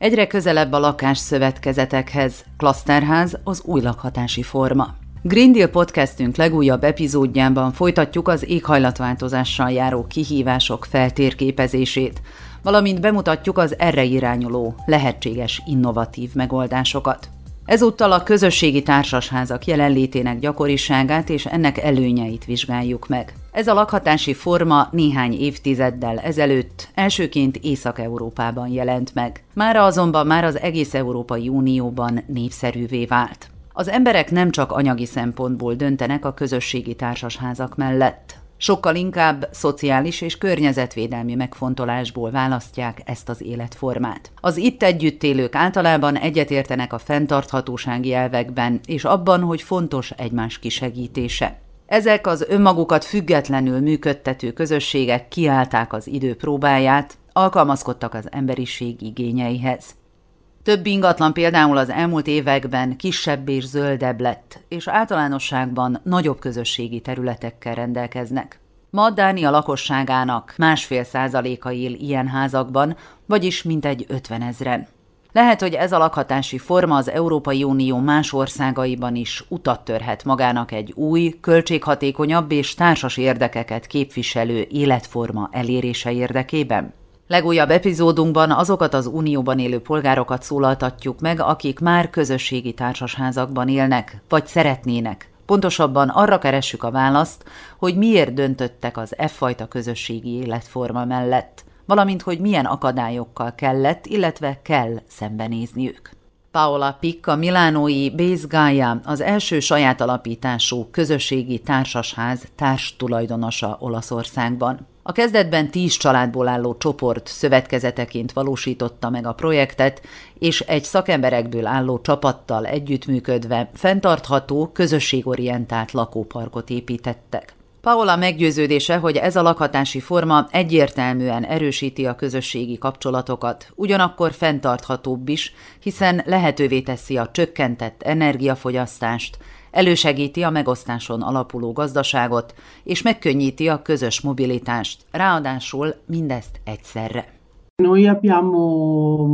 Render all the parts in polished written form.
Egyre közelebb a lakásszövetkezetekhez, klaszterház az új lakhatási forma. Green Deal podcastünk legújabb epizódjában folytatjuk az éghajlatváltozással járó kihívások feltérképezését, valamint bemutatjuk az erre irányuló, lehetséges innovatív megoldásokat. Ezúttal a közösségi társasházak jelenlétének gyakoriságát és ennek előnyeit vizsgáljuk meg. Ez a lakhatási forma néhány évtizeddel ezelőtt elsőként Észak-Európában jelent meg. Mára azonban már az egész Európai Unióban népszerűvé vált. Az emberek nem csak anyagi szempontból döntenek a közösségi társasházak mellett. Sokkal inkább szociális és környezetvédelmi megfontolásból választják ezt az életformát. Az itt együtt élők általában egyetértenek a fenntarthatósági elvekben és abban, hogy fontos egymás kisegítése. Ezek az önmagukat függetlenül működtető közösségek kiállták az idő próbáját, alkalmazkodtak az emberiség igényeihez. Több ingatlan például az elmúlt években kisebb és zöldebb lett, és általánosságban nagyobb közösségi területekkel rendelkeznek. Ma Dánia lakosságának 1,5% él ilyen házakban, vagyis mintegy 50 000. Lehet, hogy ez a lakhatási forma az Európai Unió más országaiban is utat törhet magának egy új, költséghatékonyabb és társas érdekeket képviselő életforma elérése érdekében. Legújabb epizódunkban azokat az Unióban élő polgárokat szólaltatjuk meg, akik már közösségi társasházakban élnek, vagy szeretnének. Pontosabban arra keressük a választ, hogy miért döntöttek az e-fajta közösségi életforma mellett, valamint hogy milyen akadályokkal kellett, illetve kell szembenézniük. Paola Pic, a milánói Base Gaia, az első saját alapítású közösségi társasház társtulajdonosa Olaszországban. A kezdetben 10 családból álló csoport szövetkezeteként valósította meg a projektet, és egy szakemberekből álló csapattal együttműködve fenntartható, közösségorientált lakóparkot építettek. Paola meggyőződése, hogy ez a lakhatási forma egyértelműen erősíti a közösségi kapcsolatokat, ugyanakkor fenntarthatóbb is, hiszen lehetővé teszi a csökkentett energiafogyasztást, elősegíti a megosztáson alapuló gazdaságot, és megkönnyíti a közös mobilitást, ráadásul mindezt egyszerre. Noi abbiamo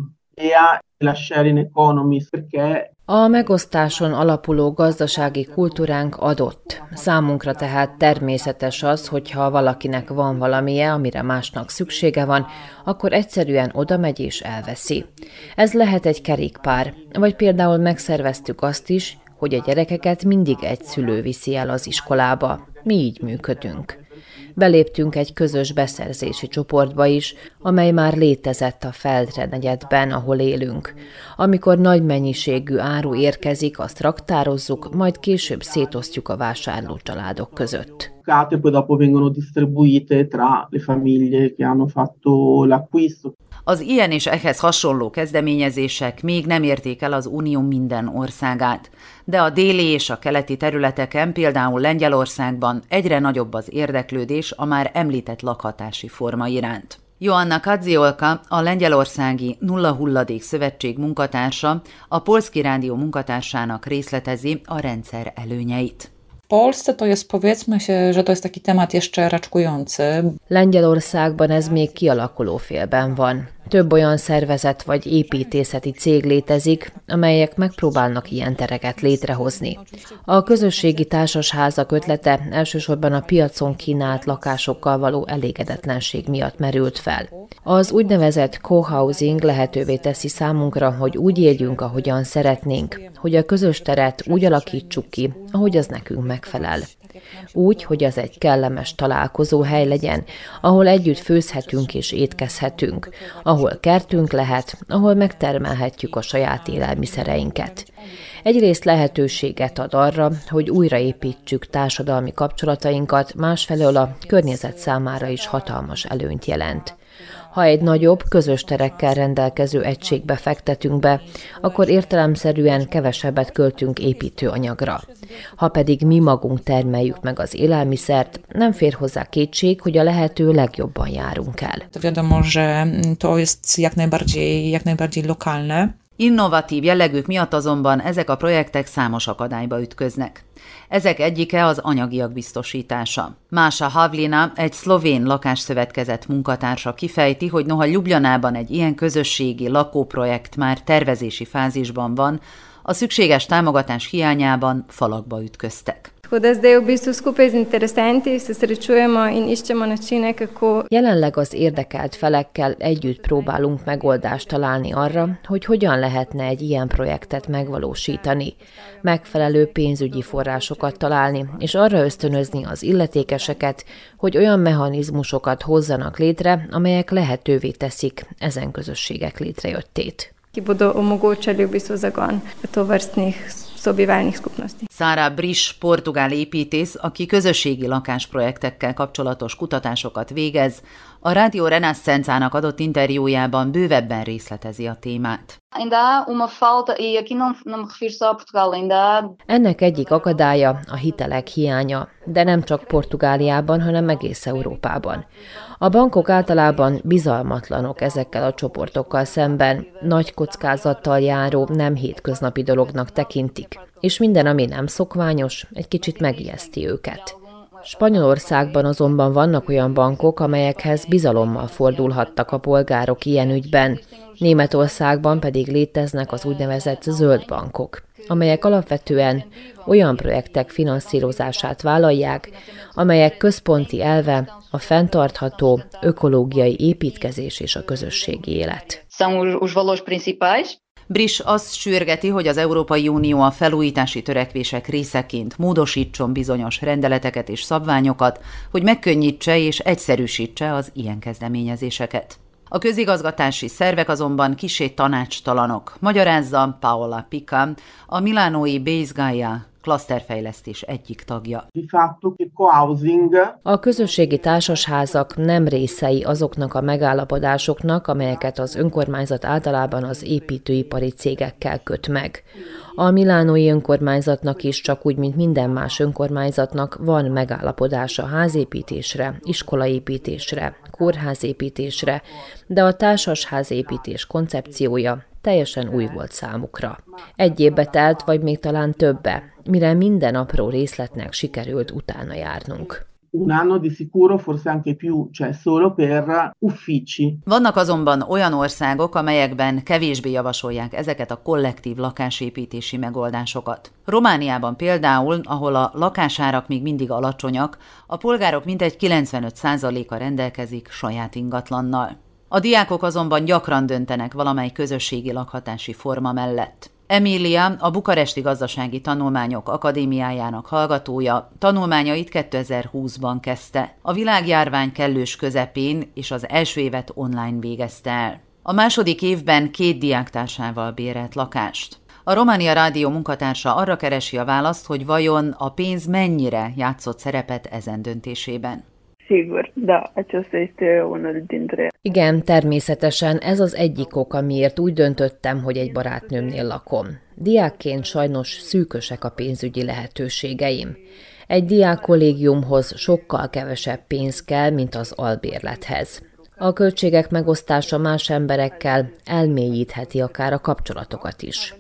la sharing economy perché a megosztáson alapuló gazdasági kultúránk adott. Számunkra tehát természetes az, hogyha valakinek van valamije, amire másnak szüksége van, akkor egyszerűen odamegy és elveszi. Ez lehet egy kerékpár, vagy például megszerveztük azt is, hogy a gyerekeket mindig egy szülő viszi el az iskolába. Mi így működünk. Beléptünk egy közös beszerzési csoportba is, amely már létezett a Feldre negyedben, ahol élünk. Amikor nagy mennyiségű áru érkezik, azt raktározzuk, majd később szétosztjuk a vásárló családok között. Az ilyen és ehhez hasonló kezdeményezések még nem érték el az Unió minden országát, de a déli és a keleti területeken, például Lengyelországban egyre nagyobb az érdeklődés a már említett lakhatási forma iránt. Joanna Kadziolka, a Lengyelországi Nulla Hulladék Szövetség munkatársa, a Polski Rádió munkatársának részletezi a rendszer előnyeit. W Polsce to jest, powiedzmy się, że to jest taki temat jeszcze raczkujący. Lengyelországban ez még kialakuló félben van. Több olyan szervezet vagy építészeti cég létezik, amelyek megpróbálnak ilyen tereket létrehozni. A közösségi társasházak ötlete elsősorban a piacon kínált lakásokkal való elégedetlenség miatt merült fel. Az úgynevezett co-housing lehetővé teszi számunkra, hogy úgy éljünk, ahogyan szeretnénk, hogy a közös teret úgy alakítsuk ki, ahogy az nekünk megfelel. Úgy, hogy az egy kellemes találkozóhely legyen, ahol együtt főzhetünk és étkezhetünk, ahol kertünk lehet, ahol megtermelhetjük a saját élelmiszereinket. Egyrészt lehetőséget ad arra, hogy újraépítsük társadalmi kapcsolatainkat, másfelől a környezet számára is hatalmas előnyt jelent. Ha egy nagyobb, közös terekkel rendelkező egységbe fektetünk be, akkor értelemszerűen kevesebbet költünk építőanyagra. Ha pedig mi magunk termeljük meg az élelmiszert, nem fér hozzá kétség, hogy a lehető legjobban járunk el. Wiadomo, że to jest jak najbardziej lokalne. Innovatív jellegük miatt azonban ezek a projektek számos akadályba ütköznek. Ezek egyike az anyagiak biztosítása. Mása Havlina, egy szlovén lakásszövetkezet munkatársa kifejti, hogy noha Ljubljanában egy ilyen közösségi lakóprojekt már tervezési fázisban van, a szükséges támogatás hiányában falakba ütköztek. Jelenleg az érdekelt felekkel együtt próbálunk megoldást találni arra, hogy hogyan lehetne egy ilyen projektet megvalósítani, megfelelő pénzügyi forrásokat találni, és arra ösztönözni az illetékeseket, hogy olyan mechanizmusokat hozzanak létre, amelyek lehetővé teszik ezen közösségek létrejöttét. Sara Brish, portugál építész, aki közösségi lakásprojektekkel kapcsolatos kutatásokat végez, a Rádió Renascenzának adott interjújában bővebben részletezi a témát. Ennek egyik akadálya a hitelek hiánya, de nem csak Portugáliában, hanem egész Európában. A bankok általában bizalmatlanok ezekkel a csoportokkal szemben, nagy kockázattal járó, nem hétköznapi dolognak tekintik, és minden, ami nem szokványos, egy kicsit megijeszti őket. Spanyolországban azonban vannak olyan bankok, amelyekhez bizalommal fordulhattak a polgárok ilyen ügyben, Németországban pedig léteznek az úgynevezett zöld bankok, amelyek alapvetően olyan projektek finanszírozását vállalják, amelyek központi elve a fenntartható ökológiai építkezés és a közösségi élet. Brish azt sürgeti, hogy az Európai Unió a felújítási törekvések részeként módosítson bizonyos rendeleteket és szabványokat, hogy megkönnyítse és egyszerűsítse az ilyen kezdeményezéseket. A közigazgatási szervek azonban kissé tanácstalanok, magyarázza Paola Pica, a milánói Base Gaia klaszterfejlesztés egyik tagja. A közösségi társasházak nem részei azoknak a megállapodásoknak, amelyeket az önkormányzat általában az építőipari cégekkel köt meg. A milánói önkormányzatnak is, csak úgy, mint minden más önkormányzatnak van megállapodása házépítésre, iskolaépítésre, kórházépítésre, de a társasházépítés koncepciója teljesen új volt számukra. Egy évbe telt, vagy még talán többe, mire minden apró részletnek sikerült utána járnunk. Vannak azonban olyan országok, amelyekben kevésbé javasolják ezeket a kollektív lakásépítési megoldásokat. Romániában például, ahol a lakásárak még mindig alacsonyak, a polgárok mintegy 95%-a rendelkezik saját ingatlannal. A diákok azonban gyakran döntenek valamely közösségi lakhatási forma mellett. Emília, a Bukaresti Gazdasági Tanulmányok Akadémiájának hallgatója, tanulmányait 2020-ban kezdte. A világjárvány kellős közepén és az első évet online végezte el. A második évben 2 diáktársával bérelt lakást. A Románia Rádió munkatársa arra keresi a választ, hogy vajon a pénz mennyire játszott szerepet ezen döntésében. Igen, természetesen ez az egyik ok, amiért úgy döntöttem, hogy egy barátnőmnél lakom. Diákként sajnos szűkösek a pénzügyi lehetőségeim. Egy diákkollégiumhoz sokkal kevesebb pénz kell, mint az albérlethez. A költségek megosztása más emberekkel elmélyítheti akár a kapcsolatokat is.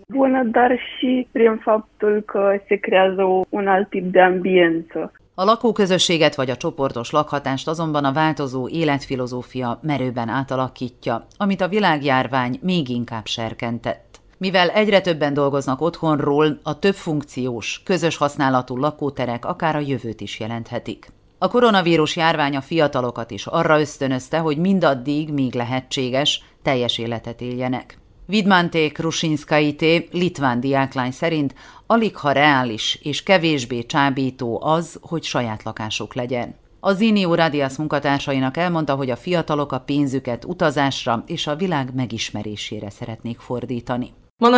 A lakóközösséget vagy a csoportos lakhatást azonban a változó életfilozófia merőben átalakítja, amit a világjárvány még inkább serkentett. Mivel egyre többen dolgoznak otthonról, a többfunkciós, közös használatú lakóterek akár a jövőt is jelenthetik. A koronavírus járvány a fiatalokat is arra ösztönözte, hogy mindaddig, míg lehetséges, teljes életet éljenek. Vidmante Krušinskaité, litván diáklány szerint aligha reális és kevésbé csábító az, hogy saját lakásuk legyen. Az Zinio Radias munkatársainak elmondta, hogy a fiatalok a pénzüket utazásra és a világ megismerésére szeretnék fordítani.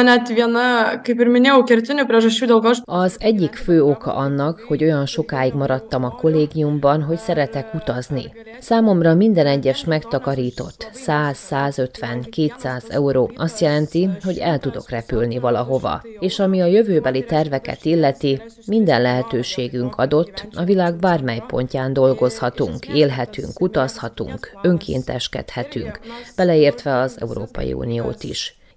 Az egyik fő oka annak, hogy olyan sokáig maradtam a kollégiumban, hogy szeretek utazni. Számomra minden egyes megtakarított 100, 150, 200 euró azt jelenti, hogy el tudok repülni valahova. És ami a jövőbeli terveket illeti, minden lehetőségünk adott, a világ bármely pontján dolgozhatunk, élhetünk, utazhatunk, önkénteskedhetünk, beleértve az Európai Uniót is.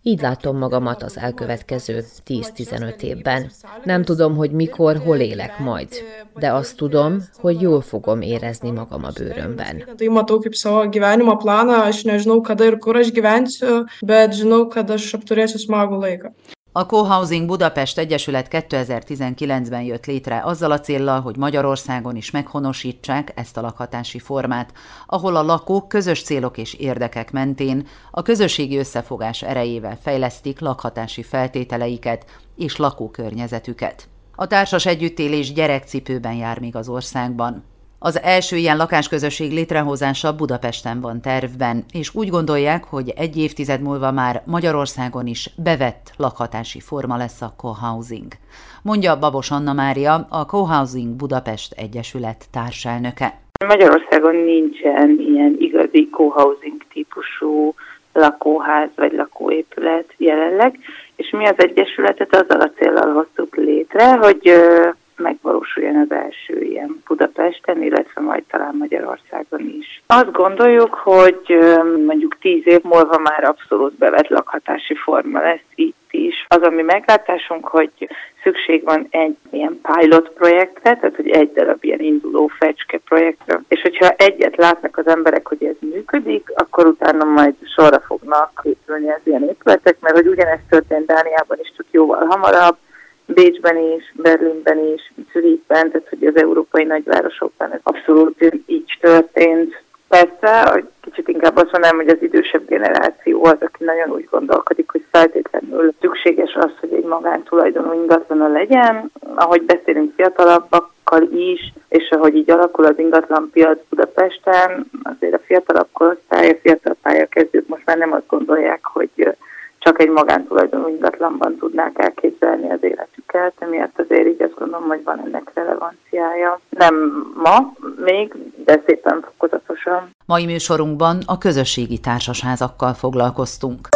Így látom magamat az elkövetkező 10-15 évben. Nem tudom, hogy mikor, hol élek majd, de azt tudom, hogy jól fogom érezni magam a bőrömben. Matau kaip savo gyvenimo planą, aš nežinau, kada ir kur aš gyvensiu, bet žinau, kad aš apturėsiu smagų laiką. A Cohousing Budapest Egyesület 2019-ben jött létre azzal a céllal, hogy Magyarországon is meghonosítsák ezt a lakhatási formát, ahol a lakók közös célok és érdekek mentén a közösségi összefogás erejével fejlesztik lakhatási feltételeiket és lakókörnyezetüket. A társas együttélés gyerekcipőben jár még az országban. Az első ilyen lakásközösség létrehozása Budapesten van tervben, és úgy gondolják, hogy egy évtized múlva már Magyarországon is bevett lakhatási forma lesz a cohousing, mondja Babos Anna Mária, a Cohousing Budapest Egyesület társelnöke. Magyarországon nincsen ilyen igazi cohousing típusú lakóház vagy lakóépület jelenleg, és mi az Egyesületet azzal a céllal hoztuk létre, hogy megvalósuljon az első ilyen Budapesten, illetve majd talán Magyarországon is. Azt gondoljuk, hogy mondjuk 10 év múlva már abszolút bevett lakhatási forma lesz itt is. Az, ami meglátásunk, hogy szükség van egy ilyen pilot projektre, tehát hogy egy darab ilyen induló fecske projektre, és hogyha egyet látnak az emberek, hogy ez működik, akkor utána majd sorra fognak épülni az ilyen épületek, mert hogy ugyanezt történt Dániában is, csak jóval hamarabb, Bécsben is, Berlinben is, Zürichben, tehát hogy az európai nagyvárosokban ez abszolút így történt. Persze, kicsit inkább azt mondanám, hogy az idősebb generáció az, aki nagyon úgy gondolkodik, hogy feltétlenül szükséges az, hogy egy magántulajdonú ingatlana legyen. Ahogy beszélünk fiatalabbakkal is, és ahogy így alakul az ingatlanpiac Budapesten, azért a fiatalabb korosztály, a fiatal pályakezdők most már nem azt gondolják, hogy csak egy magántulajdonú ingatlanban tudnák elképzelni az életüket, emiatt azért így azt gondolom, hogy van ennek relevanciája. Nem ma még, de szépen fokozatosan. Mai műsorunkban a közösségi társasházakkal foglalkoztunk.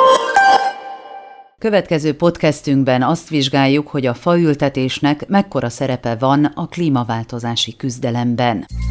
Következő podcastünkben azt vizsgáljuk, hogy a faültetésnek mekkora szerepe van a klímaváltozási küzdelemben.